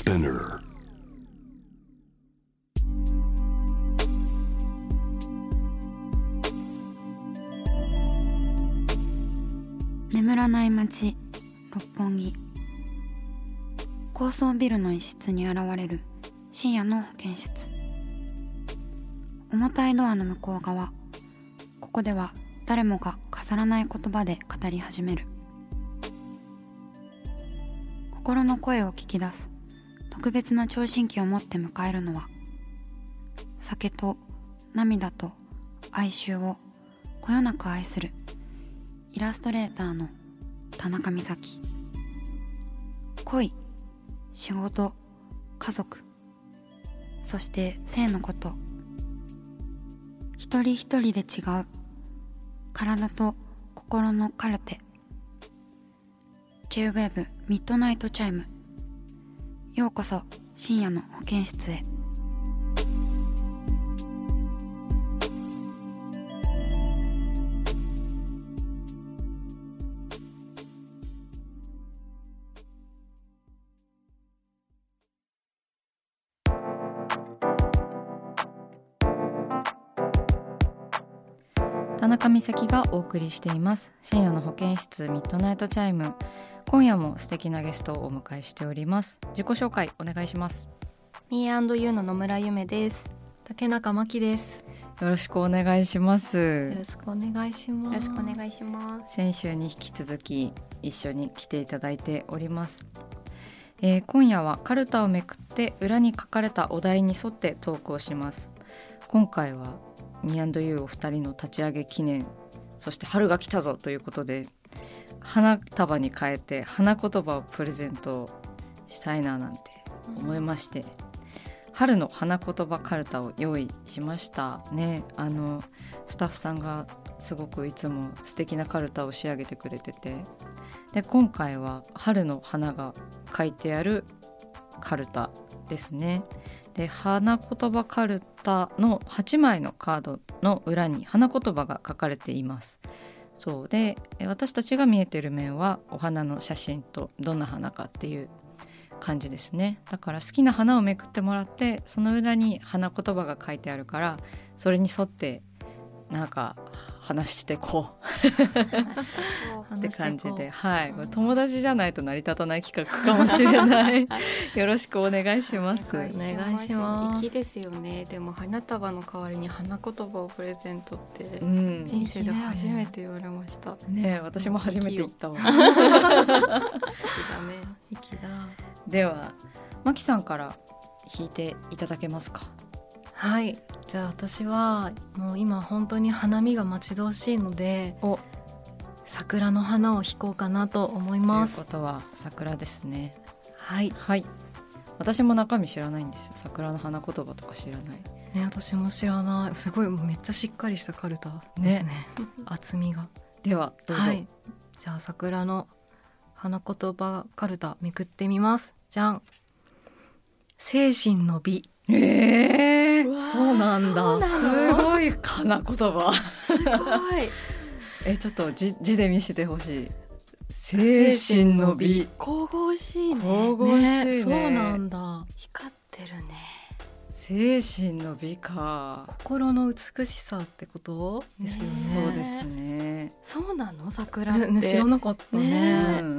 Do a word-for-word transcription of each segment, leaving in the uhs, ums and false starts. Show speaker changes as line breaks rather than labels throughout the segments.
Spinner.
眠らない街六本木。高層ビルの一室に現れる深夜の保健室。重たいドアの向こう側、ここでは誰もが飾らない言葉で語り始める。心の声を聞き出す特別な聴診器を持って迎えるのは、酒と涙と哀愁をこよなく愛するイラストレーターの田中美咲。恋、仕事、家族、そして性のこと、一人一人で違う体と心のカルテ。 J-ウェーブ ミッドナイトチャイム。ようこそ深夜の保健室へ。
田中美咲がお送りしています深夜の保健室ミッドナイトチャイム。今夜も素敵なゲストをお迎えしております。自己紹介お願いします。
ミー ユー の野村ゆめです。
竹中真希です。
よろしくお願いします。
よろしくお願いします。
よろしくお願いします。
先週に引き続き一緒に来ていただいております。えー、今夜はカルタをめくって裏に書かれたお題に沿ってトークをします。今回はミー ユー お二人の立ち上げ記念、そして春が来たぞということで花束に変えて花言葉をプレゼントしたいななんて思いまして、うん、春の花言葉カルタを用意しましたね。あのスタッフさんがすごくいつも素敵なカルタを仕上げてくれてて、で今回は春の花が書いてあるカルタですね。で花言葉カルタのはちまいのカードの裏に花言葉が書かれています。そうで私たちが見えている面はお花の写真とどんな花かっていう感じですね。だから好きな花をめくってもらって、その裏に花言葉が書いてあるから、それに沿ってなんか話してこうって感じで、はい、うん、友達じゃないと成り立たない企画かもしれないよろしくお願いします。
お願いします。粋ですよね。でも花束の代わりに花言葉をプレゼントって、うん、人生で初めて言われました。
ねえ、私も初めて言ったわ。
粋だね。
粋だ。
ではマキさんから弾いていただけますか。
はい、じゃあ私はもう今本当に花見が待ち遠しいので、お桜の花を弾こうかなと思います。
ということは桜ですね。
はい、
はい、私も中身知らないんですよ。桜の花言葉とか知らない、
ね、私も知らない。すごいめっちゃしっかりしたカルタですね、ね厚みが。
ではどうぞ。
はい、じゃあ桜の花言葉カルタめくってみます。じゃん。精神の美。
え
ー、そうなんだ。
すごい花言葉。
すごい。
え、ちょっと 字, 字で見せてほしい。精神の美。
神々しいね。
神々しい ね,
ね。そうなんだ。
光ってるね。
精神の美か。
心の美しさってことですよね。
そうですね。
そうなの？桜って、
ね、知らなかったね。
ね、うんうん、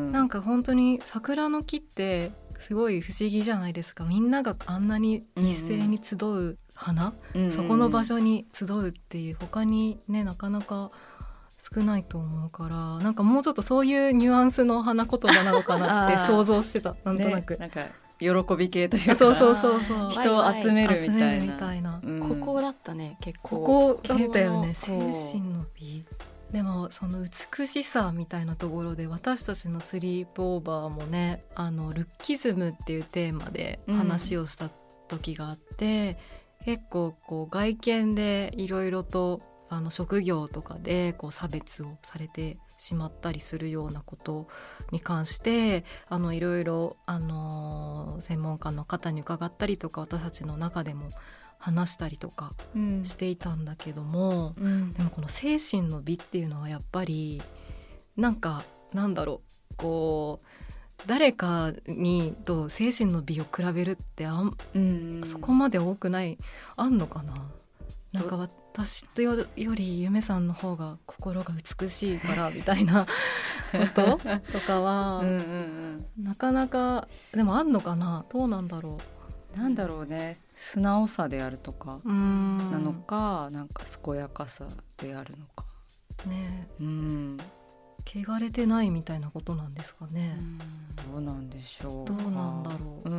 なんか本当に桜の木ってすごい不思議じゃないですか。みんながあんなに一斉に集う花、うんうん、そこの場所に集うっていう他にねなかなか少ないと思うから、なんかもうちょっとそういうニュアンスの花言葉なのかなって想像してた。なんとなく、
ね、なんか喜び系というか、
そうそうそうそう、
人を集めるみたいな、
みたいな、
うん、ここだったね。結構
ここだったよね。精神の美。でもその美しさみたいなところで私たちのスリープオーバーもね、あのルッキズムっていうテーマで話をした時があって、うん、結構こう外見でいろいろとあの職業とかでこう差別をされてしまったりするようなことに関してあのいろいろあの専門家の方に伺ったりとか、私たちの中でも話したりとかしていたんだけども、うん、でもこの精神の美っていうのはやっぱりなんかなんだろう、こう誰かにと精神の美を比べるってあん、うん、そこまで多くないあんのかな。なんか私と よ, よりゆめさんの方が心が美しいからみたいなこととかはうんうん、うん、なかなかでもあんのかな。どうなんだろ
う。なんだろうね、素直さであるとかなのか、なんか健やかさであるのか
ね。
うん、
汚れてないみたいなことなんですかね。
うん、どうなんでしょう。
どうなんだろう。
うん、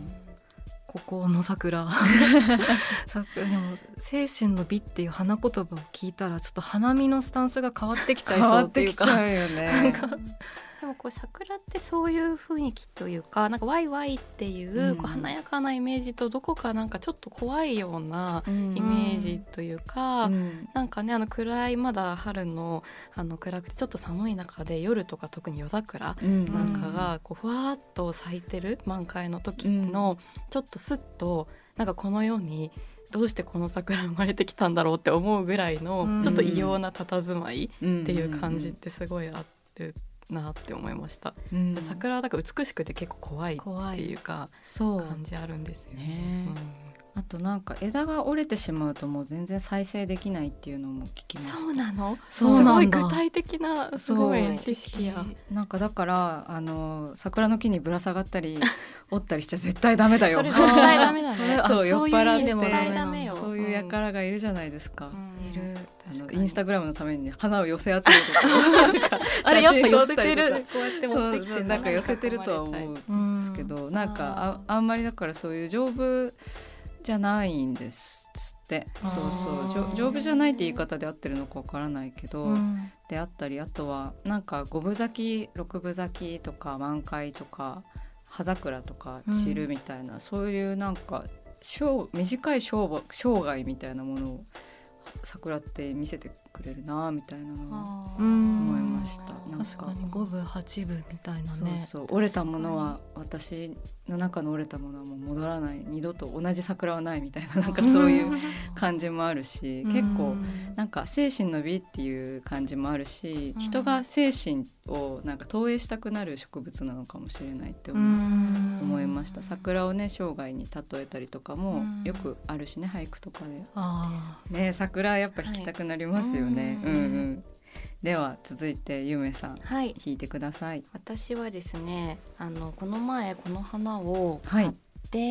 ここの桜でも精神の美っていう花言葉を聞いたらちょっと花見のスタンスが変わってきちゃいそうっていうか、
変わってきちゃうよね。
でもこう桜ってそういう雰囲気というか、なんかワイワイっていう、うん、こう華やかなイメージとどこかなんかちょっと怖いようなイメージというか、うんうん、なんかね、あの暗いまだ春のあの暗くてちょっと寒い中で夜とか特に夜桜なんかがこうふわっと咲いてる満開の時のちょっとスッとなんかこの世にどうしてこの桜生まれてきたんだろうって思うぐらいのちょっと異様な佇まいっていう感じってすごいあるなって思いました、うん、桜はだから美しくて結構怖いっていうか感じあるんですよね、
うん、あとなんか枝が折れてしまうともう全然再生できないっていうのも聞きました。
そうなの？そうなんだ。すごい具体的なすごい知識や。
なんかだからあの桜の木にぶら下がったり折ったりしちゃ絶対ダメだよ。
それ絶対ダメだね。
そう酔っ払って
絶対ダメよ。
そういう輩がいるじゃないですか、
うん、いる。
あのインスタグラムのために花を寄せ集めて
あれやっぱ寄せてる、こうやって持ってきて
なんか寄せてるとは思うんですけど、なんか あ, あんまりだからそういう丈夫じゃないんですって。そうそう丈夫じゃないって言い方で合ってるのかわからないけど、うん、であったり、あとはなんか五分咲き六分咲きとか満開とか葉桜とか散るみたいな、うん、そういうなんか短い生涯みたいなものを桜って見せてくれるなみたいなのは思いました。なんか
確かに五分八分みたいなね。
そうそう折れたものは私の中の折れたものはもう戻らない、二度と同じ桜はないみたいな、なんかそういう感じもあるし、結構なんか精神の美っていう感じもあるし、人が精神をなんか投影したくなる植物なのかもしれないって思思いました。桜をね生涯に例えたりとかもよくあるしね、俳句とかで。あね、桜やっぱ弾きたくなりますよね、はい、うんうん、では続いてゆめさん、はい、弾いてください。
私はですね、あのこの前この花を買って、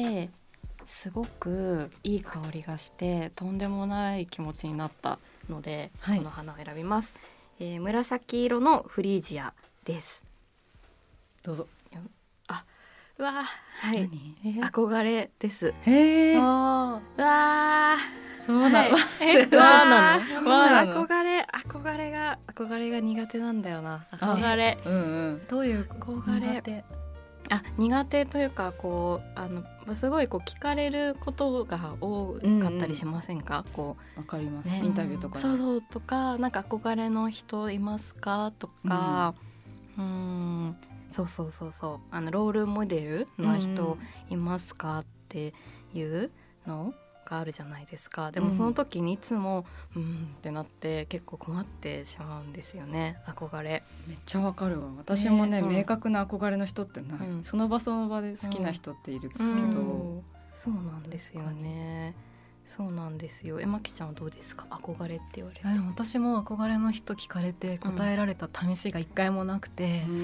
はい、すごくいい香りがしてとんでもない気持ちになったので、はい、この花を選びます、えー、紫色のフリージアです。
どうぞ。
あ、うわはい、憧れです。
へー、
あうわ
そうなの、
はい、えわなのわ憧れ憧れが憧れが苦手なんだよな。憧れ、
うんうん、
どういう
憧れ苦手あ苦手というか、こうあのすごいこう聞かれることが多かったりしませんか？うんうん、こ
うわかります、ね、インタビューとかで、
そうそうとか、なんか憧れの人いますかとか、うん、うんそうそうそうそう、あのロールモデルの人いますかっていうのがあるじゃないですか。でもその時にいつもうん、うんってなって結構困ってしまうんですよね。憧れ
めっちゃわかるわ。私も ね, ね、うん、明確な憧れの人ってない、うん、その場その場で好きな人っているんですけど、うんうん、
そうなんですよね。そうなんですよ。えまきちゃんはどうですか？憧れって言われて。
私も憧れの人聞かれて答えられた試しが一回もなくて、うん、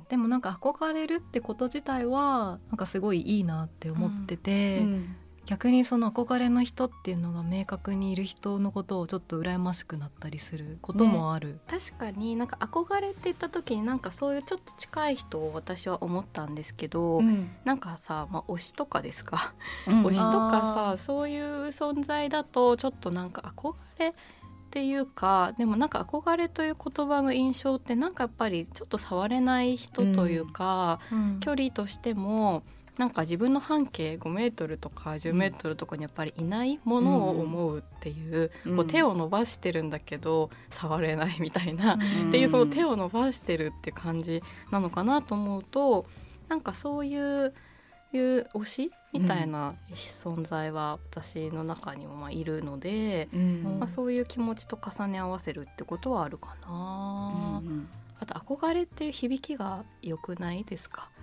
でもなんか憧れるってこと自体はなんかすごいいいなって思ってて、うんうん、逆にその憧れの人っていうのが明確にいる人のことをちょっと羨ましくなったりすることもある、ね、
確かになんか憧れって言った時になんかそういうちょっと近い人を私は思ったんですけど、うん、なんかさ、まあ、推しとかですか、うん、推しとかさ、そういう存在だとちょっとなんか憧れっていうか、でもなんか憧れという言葉の印象ってなんかやっぱりちょっと触れない人というか、うん、距離としてもなんか自分の半径ごメートルとかじゅうメートルとかにやっぱりいないものを思うっていう、うん、こう手を伸ばしてるんだけど触れないみたいな、うん、っていうその手を伸ばしてるって感じなのかなと思うと、なんかそういういう推しみたいな存在は私の中にもまあいるので、うんまあ、そういう気持ちと重ね合わせるってことはあるかな、うん、あと憧れっていう響きが良くないですか？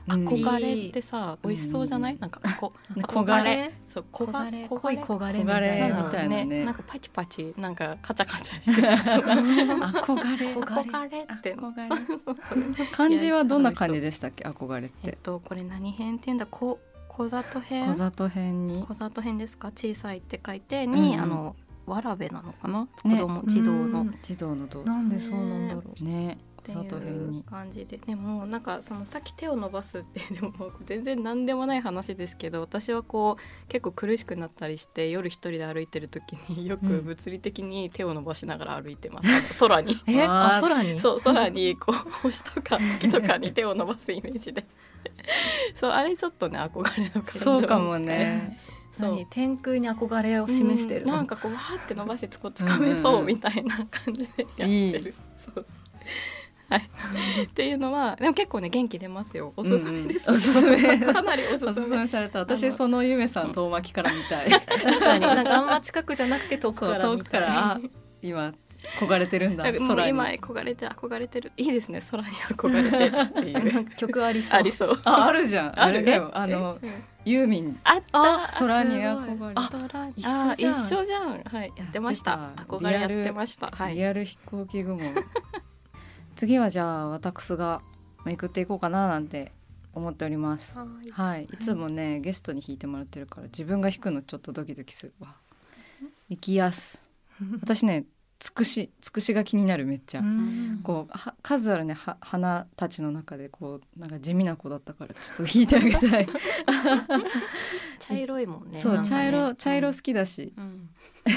憧れってさ、うん、美味しそうじゃない？なんかこ
焦がれ、
そう焦がれ、
濃い焦がれ
みたいな、みたいなね、
なんかパチパチなんかカチャカチャして
憧れ
憧れって
漢字はどんな感じでしたっけ？憧れって、
えっとこれ何編って言うんだ？こ小里編、
小里編に
小里編ですか？小さいって書いてに、うん、あのわらべなのかな、
ね、
子供児童の
児童の童、
なんでそうなんだろう
ね、小里編に
っていう感じで、でもなんかそのさっき手を伸ばすってでも全然何でもない話ですけど、私はこう結構苦しくなったりして夜一人で歩いてる時によく物理的に手を伸ばしながら歩いてます、うん、空に
えあ空に
そう空にこう星とか月とかに手を伸ばすイメージでそうあれちょっとね憧れの感情
そうかもね
そう天空に憧れを示してる、
うん、なんかこうわーって伸ばしてつかめそうみたいな感じでやってる、いいそうはい、っていうのはでも結構ね元気出ますよ。おすすめです、うんうん、おすすめかなりおすすめ、
おすすめされた。私そのゆめさん遠巻きから見たい
確かになんかあんま近くじゃなくて遠くから見たい、
遠くから今焦がれてるんだ、空に
もう今焦がれて憧れてる、いいですね、空に憧れてるっていう
曲ありそう
ありそう、
ああるじゃん、あれだよ、あのユーミン
あった
空に憧れ、
あ一緒じゃん、一緒じゃん、はい、やってました、憧れやってました、はい、
リアル飛行機雲次はじゃあ私がめくっていこうかななんて思っております。はい、はい、いつもねゲストに弾いてもらってるから自分が弾くのちょっとドキドキするわ。いきやす私ねつくしつくしが気になる、めっちゃこうは数あるねは花たちの中でこうなんか地味な子だったからちょっと弾いてあげたい
茶色いもんね。
そう、
ね、
茶色茶色好きだし、
うん、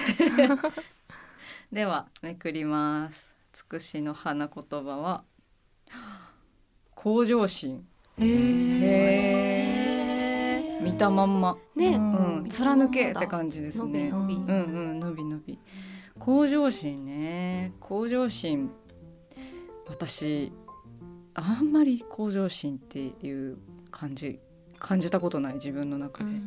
ではめくります。つくしの花言葉は向上心。へー、見たまんまね、うん、貫けって感じですね。
伸び伸び、
うんうん、伸び伸び。向上心ね、向上心、私あんまり向上心っていう感じ感じたことない、自分の中で、うんうん、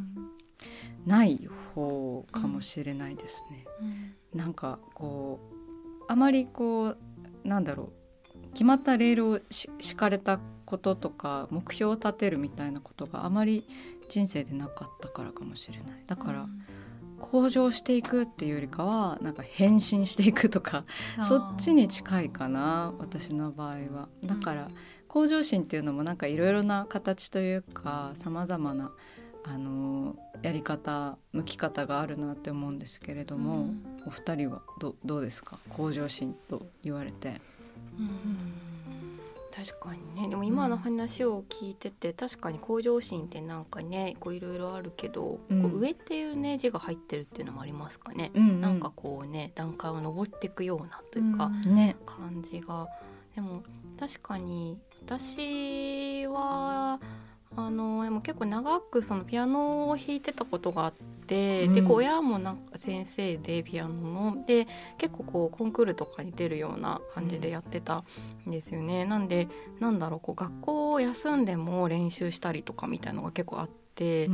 ない方かもしれないですね、うん、なんかこうあまりこうなんだろう、決まったレールをし敷かれたこととか目標を立てるみたいなことがあまり人生でなかったからかもしれない。だから、うん、向上していくっていうよりかはなんか変身していくとかそっちに近いかな、私の場合は。だから、うん、向上心っていうのもなんかいろいろな形というかさまざまなあのやり方向き方があるなって思うんですけれども、うん、お二人は ど, どうですか、向上心と言われて。
うん、確かにね。でも今の話を聞いてて、うん、確かに向上心ってなんかねこういろいろあるけど、うん、こう上っていうね字が入ってるっていうのもありますかね、うんうん、なんかこうね段階を上っていくようなというか、うんね、感じが。でも確かに私はあのでも結構長くそのピアノを弾いてたことがあって、うん、でこう親もなんか先生でピアノので結構こうコンクールとかに出るような感じでやってたんですよね、うん、なんでなんだろうこう学校を休んでも練習したりとかみたいなのが結構あって、うん、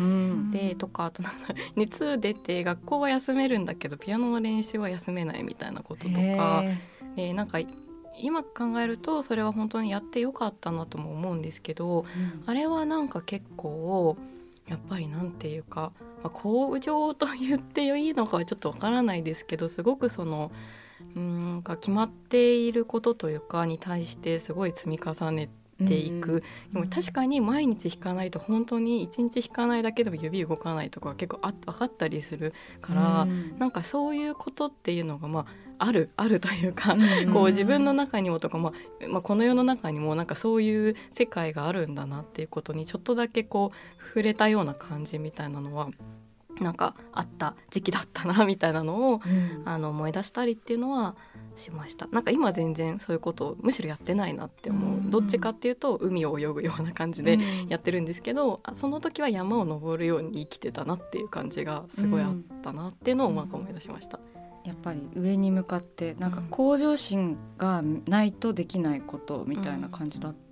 でとかあとなんか熱出て学校は休めるんだけどピアノの練習は休めないみたいなこととかで、なんか今考えるとそれは本当にやってよかったなとも思うんですけど、うん、あれはなんか結構やっぱりなんていうか、まあ、向上と言っていいのかはちょっとわからないですけど、すごくそのうんか決まっていることというかに対してすごい積み重ねていく、うん、でも確かに毎日弾かないと本当にいちにち弾かないだけでも指動かないとか結構あ分かったりするから、うん、なんかそういうことっていうのがまああるあるというか、うん、こう自分の中にもとか、まあまあ、この世の中にもなんかそういう世界があるんだなっていうことにちょっとだけこう触れたような感じみたいなのはなんかあった時期だったなみたいなのを、うん、あの思い出したりっていうのはしました。なんか今全然そういうことをむしろやってないなって思う、うん、どっちかっていうと海を泳ぐような感じでやってるんですけど、うん、その時は山を登るように生きてたなっていう感じがすごいあったなっていうのをなんか思い出しました。
やっぱり上に向かってなんか向上心がないとできないことみたいな感じだっ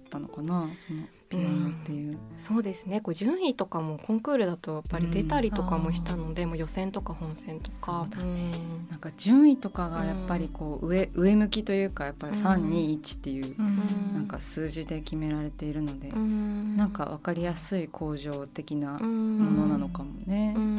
ったのかな、そのピアノっていう、うん、
そうですね。こう順位とかもコンクールだとやっぱり出たりとかもしたので、うん、もう予選とか本戦とか、
そうだね、うん、なんか順位とかがやっぱりこう 上, 上向きというかやっぱりさんにいちっていう、うん、なんか数字で決められているので、うん、なんか分かりやすい向上的なものなのかもね。うん、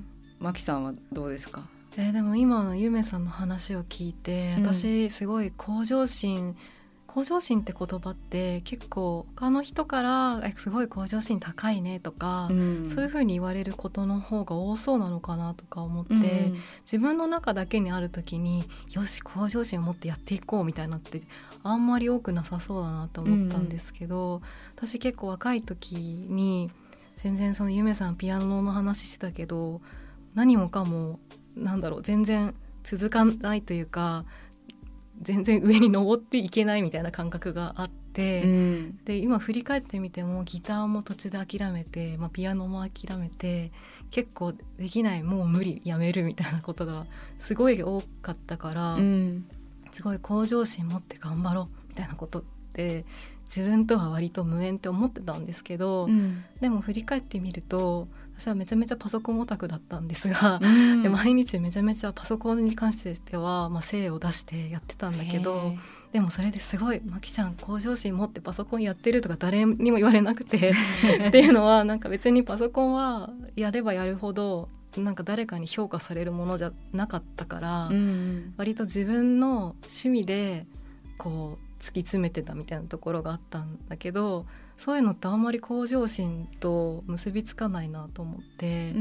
マキさんはどうですか？
えー、でも今のゆめさんの話を聞いて、私すごい向上心、向上心って言葉って結構他の人からすごい向上心高いねとか、うん、そういう風に言われることの方が多そうなのかなとか思って、うん、自分の中だけにある時によし向上心を持ってやっていこうみたいなってあんまり多くなさそうだなと思ったんですけど、うん、私結構若い時に全然そのゆめさんピアノの話してたけど何もかもなんだろう全然続かないというか全然上に登っていけないみたいな感覚があって、うん、で今振り返ってみてもギターも途中で諦めて、まあ、ピアノも諦めて結構できないもう無理やめるみたいなことがすごい多かったから、うん、すごい向上心持って頑張ろうみたいなことって自分とは割と無縁って思ってたんですけど、うん、でも振り返ってみると私はめちゃめちゃパソコンオタクだったんですが、うん、で毎日めちゃめちゃパソコンに関しては、まあ、精を出してやってたんだけど、でもそれですごいマキちゃん向上心持ってパソコンやってるとか誰にも言われなくてっていうのはなんか別にパソコンはやればやるほどなんか誰かに評価されるものじゃなかったから、うん、割と自分の趣味でこう突き詰めてたみたいなところがあったんだけど、そういうのってあんまり向上心と結びつかないなと思って、うん、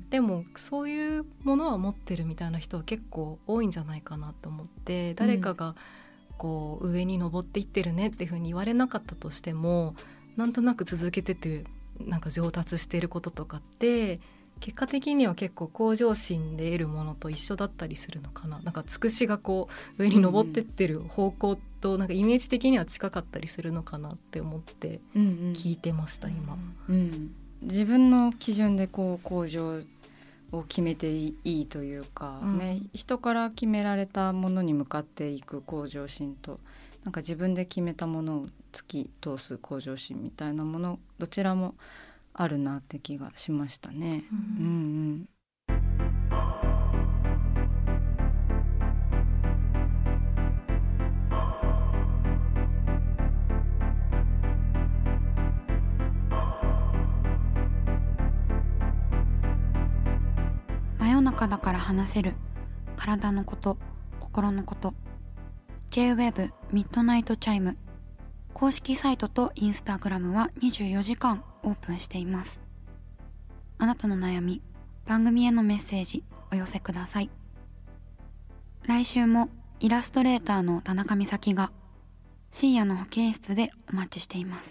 でもそういうものは持ってるみたいな人は結構多いんじゃないかなと思って、誰かがこう上に登っていってるねっていう風に言われなかったとしてもなんとなく続けててなんか上達してることとかって結果的には結構向上心で得るものと一緒だったりするのかな。なんかつくしがこう上に登ってってる方向となんかイメージ的には近かったりするのかなって思って聞いてました、うんうん、今、
うん、自分の基準でこう向上を決めていいというか、うんね、人から決められたものに向かっていく向上心となんか自分で決めたものを突き通す向上心みたいなものどちらもあるなって気がしましたね、うんうんうん、
真夜中だから話せる体のこと心のこと ジェイウェーブ ミッドナイトチャイム公式サイトとインスタグラムはにじゅうよじかんオープンしています。あなたの悩み、番組へのメッセージお寄せください。来週もイラストレーターの田中美咲が深夜の保健室でお待ちしています。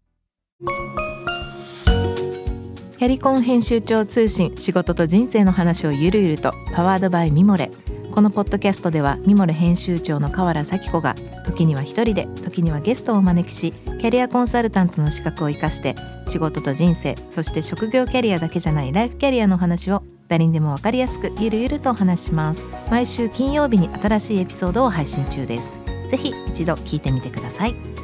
キャリコン編集長通信、仕事と人生の話をゆるゆると、パワードバイミモレ。このポッドキャストではミモレ編集長の河原咲子が時には一人で時にはゲストをお招きし、キャリアコンサルタントの資格を生かして仕事と人生、そして職業キャリアだけじゃないライフキャリアの話を誰にでも分かりやすくゆるゆるとお話します。毎週金曜日に新しいエピソードを配信中です。ぜひ一度聞いてみてください。